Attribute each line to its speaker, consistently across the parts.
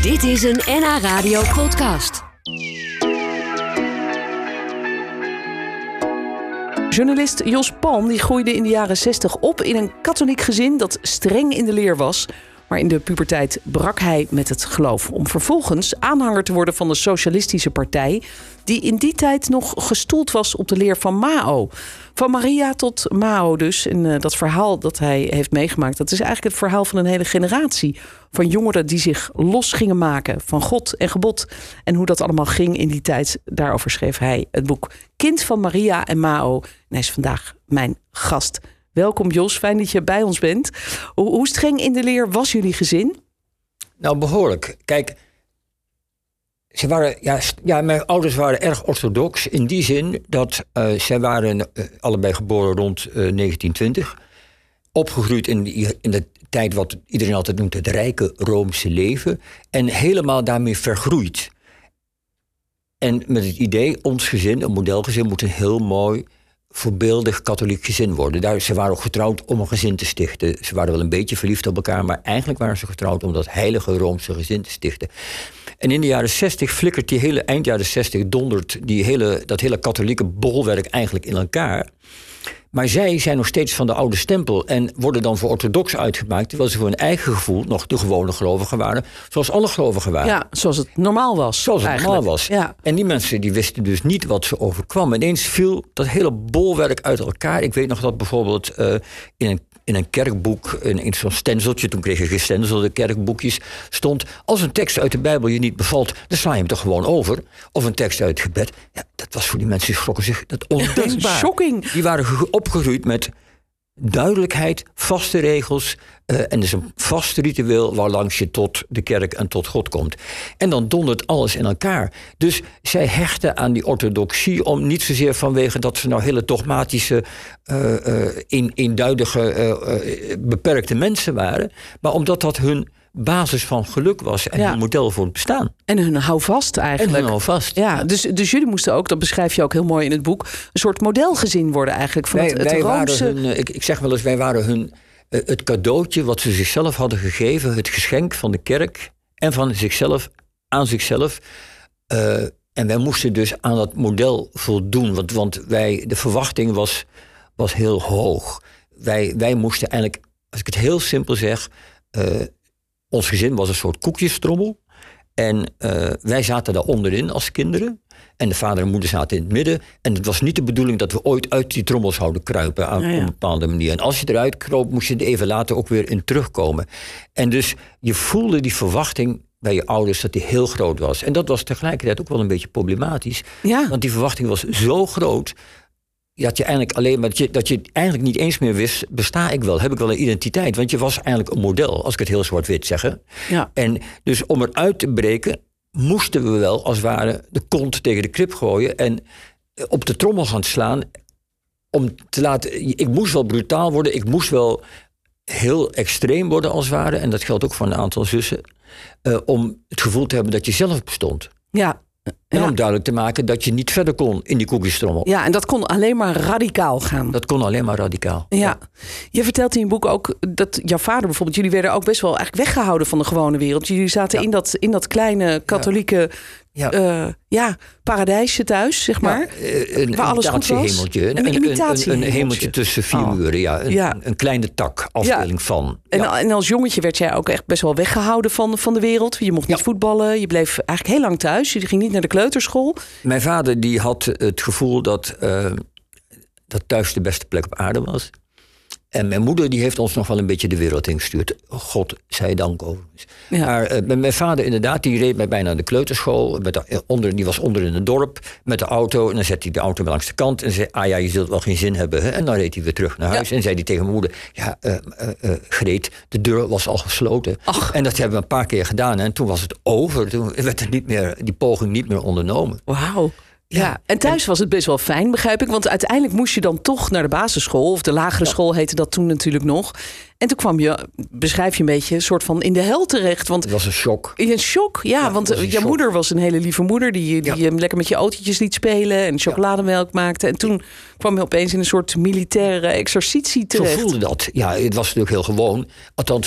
Speaker 1: Dit is een NH Radio podcast.
Speaker 2: Journalist Jos Palm die groeide in de jaren 60 op in een katholiek gezin dat streng in de leer was. Maar in de puberteit brak hij met het geloof om vervolgens aanhanger te worden van de Socialistische Partij, die in die tijd nog gestoeld was op de leer van Mao. Van Maria tot Mao dus. En dat verhaal dat hij heeft meegemaakt, dat is eigenlijk het verhaal van een hele generatie van jongeren die zich los gingen maken van God en gebod. En hoe dat allemaal ging in die tijd, daarover schreef hij het boek Kind van Maria en Mao. En hij is vandaag mijn gast. Welkom Jos, fijn dat je bij ons bent. Hoe streng in de leer was jullie gezin?
Speaker 3: Nou, behoorlijk. Kijk, mijn ouders waren erg orthodox in die zin dat zij waren allebei geboren rond 1920. Opgegroeid in de tijd wat iedereen altijd noemt het rijke Roomse leven. En helemaal daarmee vergroeid. En met het idee, ons gezin, een modelgezin, moet een heel mooi, voorbeeldig katholiek gezin worden. Ze waren ook getrouwd om een gezin te stichten. Ze waren wel een beetje verliefd op elkaar, maar eigenlijk waren ze getrouwd om dat heilige Roomse gezin te stichten. En in de jaren 60 flikkert eind jaren 60 dondert dat hele katholieke bolwerk eigenlijk in elkaar. Maar zij zijn nog steeds van de oude stempel en worden dan voor orthodox uitgemaakt, terwijl ze voor hun eigen gevoel nog de gewone gelovigen waren, zoals alle gelovigen waren.
Speaker 2: Ja, zoals het normaal was.
Speaker 3: Zoals het normaal was.
Speaker 2: Ja.
Speaker 3: En die mensen die wisten dus niet wat ze overkwam. Ineens viel dat hele bolwerk uit elkaar. Ik weet nog dat bijvoorbeeld in een kerkboek, in zo'n stenzeltje, toen kreeg je gestenzelde kerkboekjes, stond: als een tekst uit de Bijbel je niet bevalt, dan sla je hem toch gewoon over. Of een tekst uit het gebed. Ja, dat was voor die mensen, die schrokken zich dat ondenkbaar.
Speaker 2: Shocking.
Speaker 3: Die waren opgegroeid met duidelijkheid, vaste regels en dus een vast ritueel waarlangs je tot de kerk en tot God komt. En dan dondert alles in elkaar. Dus zij hechten aan die orthodoxie om niet zozeer vanwege dat ze nou hele dogmatische, eenduidige, beperkte mensen waren, maar omdat dat hun basis van geluk was en een model voor het bestaan.
Speaker 2: En hun houvast eigenlijk.
Speaker 3: En hun houvast.
Speaker 2: Ja, dus jullie moesten ook, dat beschrijf je ook heel mooi in het boek, een soort modelgezin worden eigenlijk van het Roomse.
Speaker 3: Ik zeg wel eens, wij waren het cadeautje wat ze zichzelf hadden gegeven, het geschenk van de kerk en van zichzelf aan zichzelf. En wij moesten dus aan dat model voldoen, want de verwachting was heel hoog. Wij moesten eigenlijk, als ik het heel simpel zeg, ons gezin was een soort koekjestrommel. En wij zaten daar onderin als kinderen. En de vader en moeder zaten in het midden. En het was niet de bedoeling dat we ooit uit die trommel zouden kruipen op een bepaalde manier. En als je eruit kroop, moest je er even later ook weer in terugkomen. En dus je voelde die verwachting bij je ouders dat die heel groot was. En dat was tegelijkertijd ook wel een beetje problematisch. Ja. Want die verwachting was zo groot dat je eigenlijk niet eens meer wist, besta ik wel? Heb ik wel een identiteit? Want je was eigenlijk een model, als ik het heel zwart-wit zeg. Ja. En dus om eruit te breken, moesten we wel als het ware de kont tegen de krib gooien en op de trommel gaan slaan om te laten. Ik moest wel brutaal worden, ik moest wel heel extreem worden als het ware. En dat geldt ook voor een aantal zussen. Om het gevoel te hebben dat je zelf bestond.
Speaker 2: Ja.
Speaker 3: En om duidelijk te maken dat je niet verder kon in die koekjestrommel.
Speaker 2: Ja, en dat kon alleen maar radicaal gaan.
Speaker 3: Dat kon alleen maar radicaal.
Speaker 2: Ja. Je vertelt in je boek ook dat jouw vader bijvoorbeeld, jullie werden ook best wel eigenlijk weggehouden van de gewone wereld. Jullie zaten in dat kleine katholieke paradijsje thuis, zeg maar.
Speaker 3: Waar alles goed was. Een hemeltje tussen vier muren. Een kleine tak, afdeling van.
Speaker 2: En als jongetje werd jij ook echt best wel weggehouden van de wereld. Je mocht niet voetballen. Je bleef eigenlijk heel lang thuis. Je ging niet naar de kleuterschool.
Speaker 3: Mijn vader die had het gevoel dat thuis de beste plek op aarde was. En mijn moeder die heeft ons nog wel een beetje de wereld ingestuurd. God zij dank overigens. Ja. Maar mijn vader inderdaad, die reed mij bijna naar de kleuterschool. Die was onder in het dorp met de auto. En dan zette hij de auto langs de kant. En zei, je zult wel geen zin hebben. Hè? En dan reed hij weer terug naar huis. En zei hij tegen mijn moeder, Greet, de deur was al gesloten. Ach. En dat hebben we een paar keer gedaan. En toen was het over. Toen werd die poging niet meer ondernomen.
Speaker 2: Wauw. Ja, en thuis was het best wel fijn, begrijp ik. Want uiteindelijk moest je dan toch naar de basisschool. Of de lagere school heette dat toen natuurlijk nog. En toen kwam je, beschrijf je een beetje, een soort van in de hel terecht. Want
Speaker 3: het was een shock.
Speaker 2: Een shock, want jouw moeder was een hele lieve moeder. Die je lekker met je autootjes liet spelen en chocolademelk maakte. En toen kwam je opeens in een soort militaire exercitie terecht.
Speaker 3: Zo voelde dat. Ja, het was natuurlijk heel gewoon. Althans,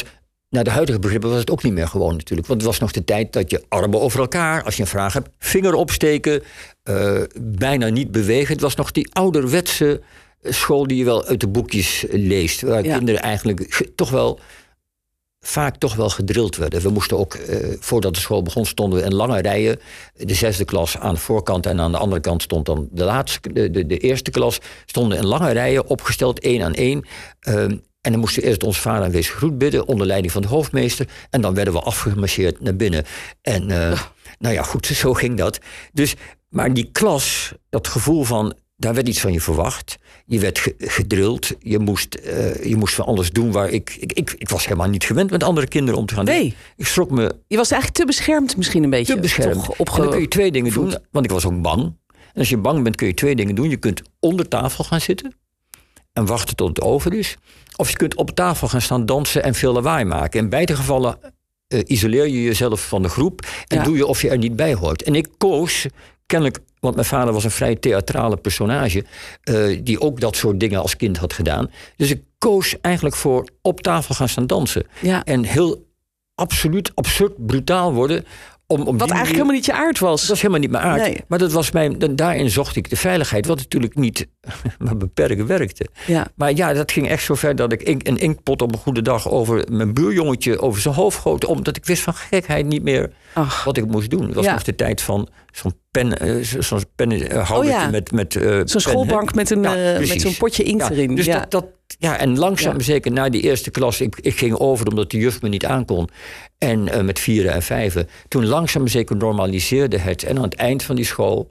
Speaker 3: naar de huidige begrippen was het ook niet meer gewoon natuurlijk. Want het was nog de tijd dat je armen over elkaar, als je een vraag hebt, vinger opsteken, bijna niet bewegen. Het was nog die ouderwetse school die je wel uit de boekjes leest. Waar kinderen eigenlijk vaak toch wel gedrild werden. We moesten ook, voordat de school begon, stonden we in lange rijen. De 6e klas aan de voorkant en aan de andere kant stond dan de eerste klas. Stonden in lange rijen, opgesteld 1 aan 1. En dan moesten we eerst onze vader aanwezig groet bidden, onder leiding van de hoofdmeester. En dan werden we afgemarcheerd naar binnen. En nou ja, goed, zo ging dat. Dus, maar die klas, dat gevoel van, daar werd iets van je verwacht. Je werd gedrild. Je moest van alles doen waar ik was helemaal niet gewend met andere kinderen om te gaan doen.
Speaker 2: Nee.
Speaker 3: Ik schrok me.
Speaker 2: Je was eigenlijk te beschermd misschien een beetje.
Speaker 3: Te beschermd. En dan kun je 2 dingen doen, want ik was ook bang. En als je bang bent kun je 2 dingen doen. Je kunt onder tafel gaan zitten en wachten tot het over is. Of je kunt op tafel gaan staan dansen en veel lawaai maken. In beide gevallen isoleer je jezelf van de groep en doe je of je er niet bij hoort. En ik koos kennelijk, want mijn vader was een vrij theatrale personage, die ook dat soort dingen als kind had gedaan. Dus ik koos eigenlijk voor op tafel gaan staan dansen. Ja. En heel absoluut absurd brutaal worden.
Speaker 2: Wat eigenlijk helemaal niet je aard was. Dat
Speaker 3: was helemaal niet mijn aard. Nee. Maar dat was daarin zocht ik de veiligheid, wat natuurlijk niet maar beperkt werkte. Ja. Maar ja, dat ging echt zo ver dat ik een inkpot op een goede dag over mijn buurjongetje over zijn hoofd goot, omdat ik wist van gekheid niet meer wat ik moest doen. Het was nog de tijd van zo'n pennenhoudertje met
Speaker 2: zo'n schoolbank met zo'n potje inkt erin.
Speaker 3: Dus en langzaam zeker na die eerste klas, ik ging over omdat de juf me niet aankon. En met 4 en 5. Toen langzaam zeker normaliseerde het. En aan het eind van die school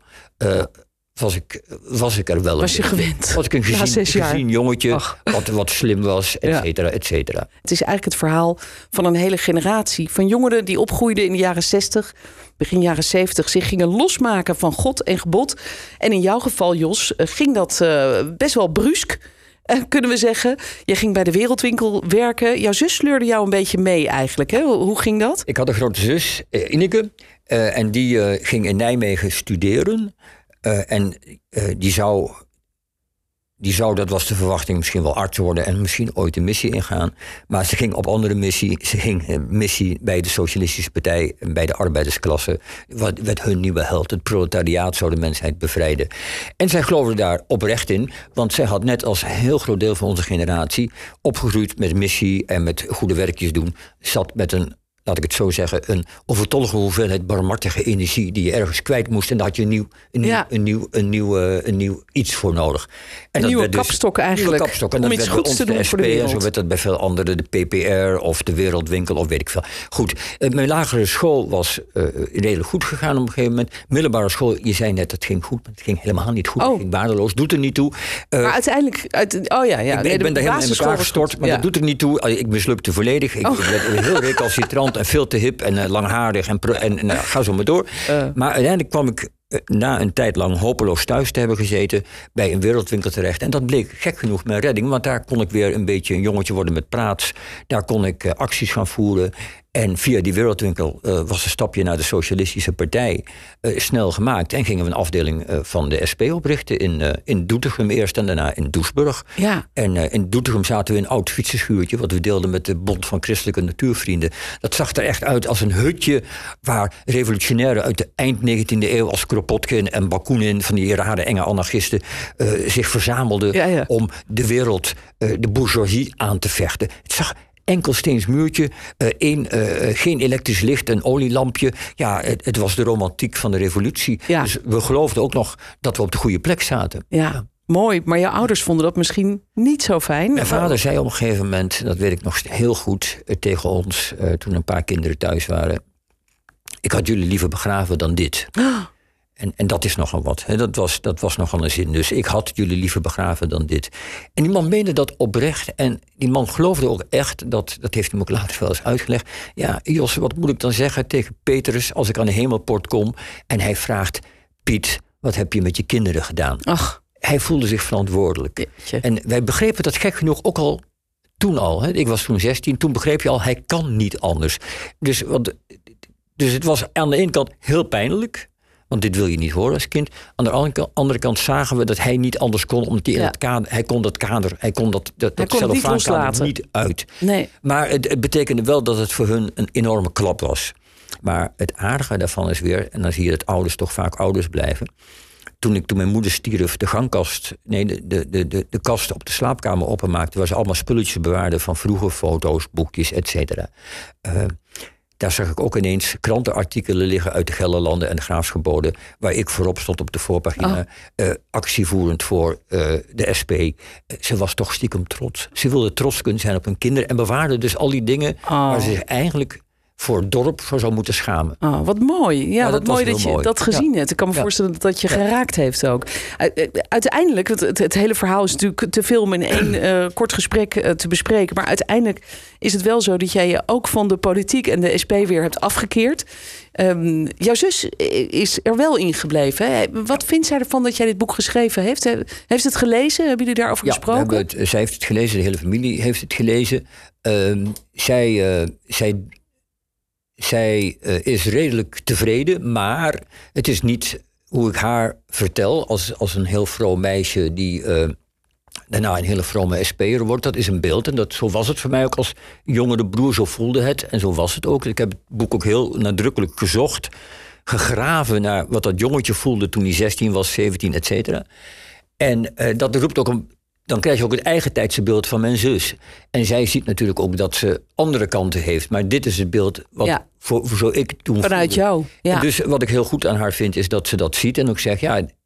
Speaker 3: was ik er wel.
Speaker 2: Was je gewend?
Speaker 3: Was ik een gezien jongetje, wat slim was, et cetera, et cetera.
Speaker 2: Het is eigenlijk het verhaal van een hele generatie van jongeren die opgroeiden in de jaren 60, begin jaren 70, zich gingen losmaken van God en gebod. En in jouw geval, Jos, ging dat best wel brusk. Kunnen we zeggen. Je ging bij de Wereldwinkel werken. Jouw zus sleurde jou een beetje mee eigenlijk. Hè? Hoe ging dat?
Speaker 3: Ik had een grote zus, Ineke. En die ging in Nijmegen studeren. En die zou, dat was de verwachting, misschien wel arts worden en misschien ooit een missie ingaan. Maar ze ging op andere missie. Ze ging een missie bij de Socialistische Partij en bij de arbeidersklasse. Wat werd hun nieuwe held. Het proletariaat zou de mensheid bevrijden. En zij geloofde daar oprecht in, want zij had net als een heel groot deel van onze generatie opgegroeid met missie en met goede werkjes doen. Zat met een, laat ik het zo zeggen, een overtollige hoeveelheid barmhartige energie die je ergens kwijt moest. En daar had je een nieuw iets voor nodig. En
Speaker 2: een nieuwe kapstok eigenlijk.
Speaker 3: Nieuwe kapstok. En
Speaker 2: om iets goeds te doen voor de wereld.
Speaker 3: En zo werd dat bij veel anderen, de PPR of de Wereldwinkel of weet ik veel. Goed, mijn lagere school was redelijk goed gegaan op een gegeven moment. Middelbare school, je zei net, het ging goed, maar het ging helemaal niet goed. Het ging waardeloos, doet er niet toe.
Speaker 2: Maar uiteindelijk, ik
Speaker 3: ben daar helemaal in elkaar gestort, maar dat doet er niet toe. Ik mislukte volledig. Ik werd heel recalcitrant en veel te hip en langharig en ga zo maar door. Maar uiteindelijk kwam ik na een tijd lang hopeloos thuis te hebben gezeten bij een Wereldwinkel terecht. En dat bleek gek genoeg mijn redding, want daar kon ik weer een beetje een jongetje worden met praats. Daar kon ik acties gaan voeren. En via die Wereldwinkel was een stapje naar de Socialistische Partij snel gemaakt. En gingen we een afdeling van de SP oprichten in Doetinchem eerst en daarna in Doesburg. Ja. En in Doetinchem zaten we in een oud fietsenschuurtje, wat we deelden met de Bond van Christelijke Natuurvrienden. Dat zag er echt uit als een hutje waar revolutionairen uit de eind 19e eeuw als Kropotkin en Bakunin, van die rare enge anarchisten, zich verzamelden om de wereld, de bourgeoisie aan te vechten. Het zag enkelsteens muurtje, geen elektrisch licht, een olielampje. Ja, het was de romantiek van de revolutie. Ja. Dus we geloofden ook nog dat we op de goede plek zaten.
Speaker 2: Ja. Mooi, maar jouw ouders vonden dat misschien niet zo fijn.
Speaker 3: Mijn vader zei op een gegeven moment, dat weet ik nog heel goed, tegen ons, toen een paar kinderen thuis waren: ik had jullie liever begraven dan dit. En dat is nogal wat. Hè. Dat was nogal een zin. Dus ik had jullie liever begraven dan dit. En die man meende dat oprecht. En die man geloofde ook echt, dat heeft hij me ook later wel eens uitgelegd. Ja, Jos, wat moet ik dan zeggen tegen Petrus als ik aan de hemelpoort kom en hij vraagt: Piet, wat heb je met je kinderen gedaan?
Speaker 2: Ach.
Speaker 3: Hij voelde zich verantwoordelijk. Jeetje. En wij begrepen dat gek genoeg ook al toen al. Hè. Ik was toen 16. Toen begreep je al, hij kan niet anders. Dus het was aan de ene kant heel pijnlijk. Want dit wil je niet horen als kind. Aan de andere kant zagen we dat hij niet anders kon. Omdat hij in het kader, hij kon dat cellofaan niet uit.
Speaker 2: Nee.
Speaker 3: Maar het betekende wel dat het voor hun een enorme klap was. Maar het aardige daarvan is weer, en dan zie je dat ouders toch vaak ouders blijven. Toen mijn moeder stierf, de kast op de slaapkamer openmaakte, waar ze allemaal spulletjes bewaarden van vroeger, foto's, boekjes, et cetera. Daar zag ik ook ineens krantenartikelen liggen uit de Gelderlanden en de Graafschapsboden, waar ik voorop stond op de voorpagina, actievoerend voor de SP. Ze was toch stiekem trots. Ze wilde trots kunnen zijn op hun kinderen en bewaarde dus al die dingen waar ze zich eigenlijk voor het dorp voor zou moeten schamen.
Speaker 2: Oh, wat mooi. Ja, wat mooi dat je dat gezien hebt. Ik kan me voorstellen dat je geraakt heeft ook. Uiteindelijk, het hele verhaal is natuurlijk te veel om in één kort gesprek te bespreken. Maar uiteindelijk is het wel zo dat jij je ook van de politiek en de SP weer hebt afgekeerd. Jouw zus is er wel in gebleven. Hè? Wat vindt zij ervan dat jij dit boek geschreven heeft? Heeft ze het gelezen? Hebben jullie daarover gesproken?
Speaker 3: Zij heeft het gelezen. De hele familie heeft het gelezen. Zij is redelijk tevreden, maar het is niet hoe ik haar vertel als een heel vroom meisje die daarna een hele vrome SP'er wordt. Dat is een beeld en zo was het voor mij ook als jongere broer, zo voelde het en zo was het ook. Ik heb het boek ook heel nadrukkelijk gezocht, gegraven naar wat dat jongetje voelde toen hij 16 was, 17, et cetera. En dat roept ook dan krijg je ook het eigen tijdse beeld van mijn zus. En zij ziet natuurlijk ook dat ze andere kanten heeft. Maar dit is het beeld wat voor zo ik toen
Speaker 2: vanuit
Speaker 3: voelde.
Speaker 2: jou. Ja.
Speaker 3: En dus wat ik heel goed aan haar vind, is dat ze dat ziet. En ook zegt,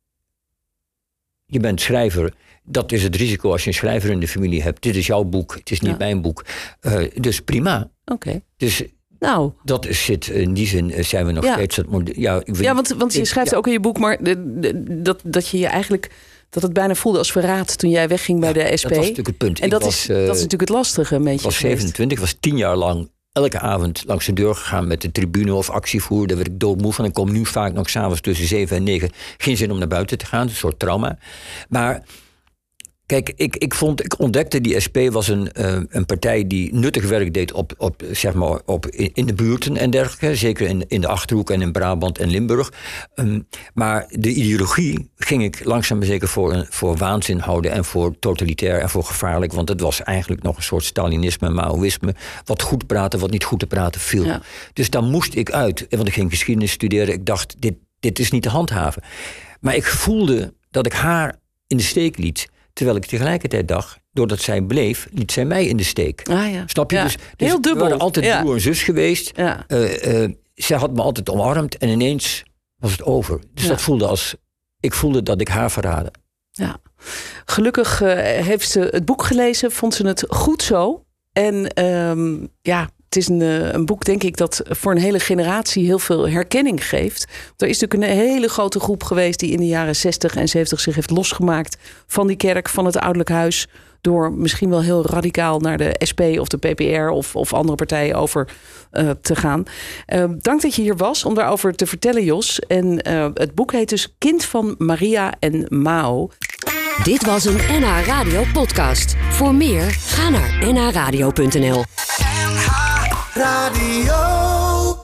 Speaker 3: je bent schrijver. Dat is het risico als je een schrijver in de familie hebt. Dit is jouw boek, het is niet mijn boek. Dus prima.
Speaker 2: Oké.
Speaker 3: Dus dat zit in die zin zijn we nog steeds...
Speaker 2: Want je schrijft ook in je boek, maar dat je eigenlijk... dat het bijna voelde als verraad toen jij wegging bij de SP.
Speaker 3: Dat was natuurlijk het punt.
Speaker 2: En dat is natuurlijk het lastige een beetje.
Speaker 3: Ik was 27, ik was 10 jaar lang elke avond langs de deur gegaan met de tribune of actievoer. Daar werd ik doodmoe van. Ik kom nu vaak nog 's avonds tussen 7 en 9. Geen zin om naar buiten te gaan, een soort trauma. Maar kijk, ik ontdekte die SP was een partij die nuttig werk deed in de buurten en dergelijke. Zeker in de Achterhoek en in Brabant en Limburg. Maar de ideologie ging ik langzaam maar zeker voor waanzin houden en voor totalitair en voor gevaarlijk. Want het was eigenlijk nog een soort Stalinisme en Maoïsme. Wat goed praten, wat niet goed te praten viel. Ja. Dus daar moest ik uit. Want ik ging geschiedenis studeren. Ik dacht, dit is niet te handhaven. Maar ik voelde dat ik haar in de steek liet. Terwijl ik tegelijkertijd dacht, doordat zij bleef, liet zij mij in de steek. Snap je?
Speaker 2: Ja.
Speaker 3: Dus
Speaker 2: heel dubbel.
Speaker 3: We waren altijd broer en zus geweest.
Speaker 2: Ja.
Speaker 3: Zij had me altijd omarmd en ineens was het over. Dus dat voelde ik voelde dat ik haar verraadde.
Speaker 2: Ja. Gelukkig heeft ze het boek gelezen, vond ze het goed zo. En het is een boek, denk ik, dat voor een hele generatie heel veel herkenning geeft. Er is natuurlijk een hele grote groep geweest die in de jaren 60 en 70 zich heeft losgemaakt van die kerk, van het ouderlijk huis. Door misschien wel heel radicaal naar de SP of de PPR of andere partijen over te gaan. Dank dat je hier was om daarover te vertellen, Jos. En het boek heet dus Kind van Maria en Mao.
Speaker 1: Dit was een NH Radio podcast. Voor meer, ga naar nhradio.nl.
Speaker 4: NH Radio.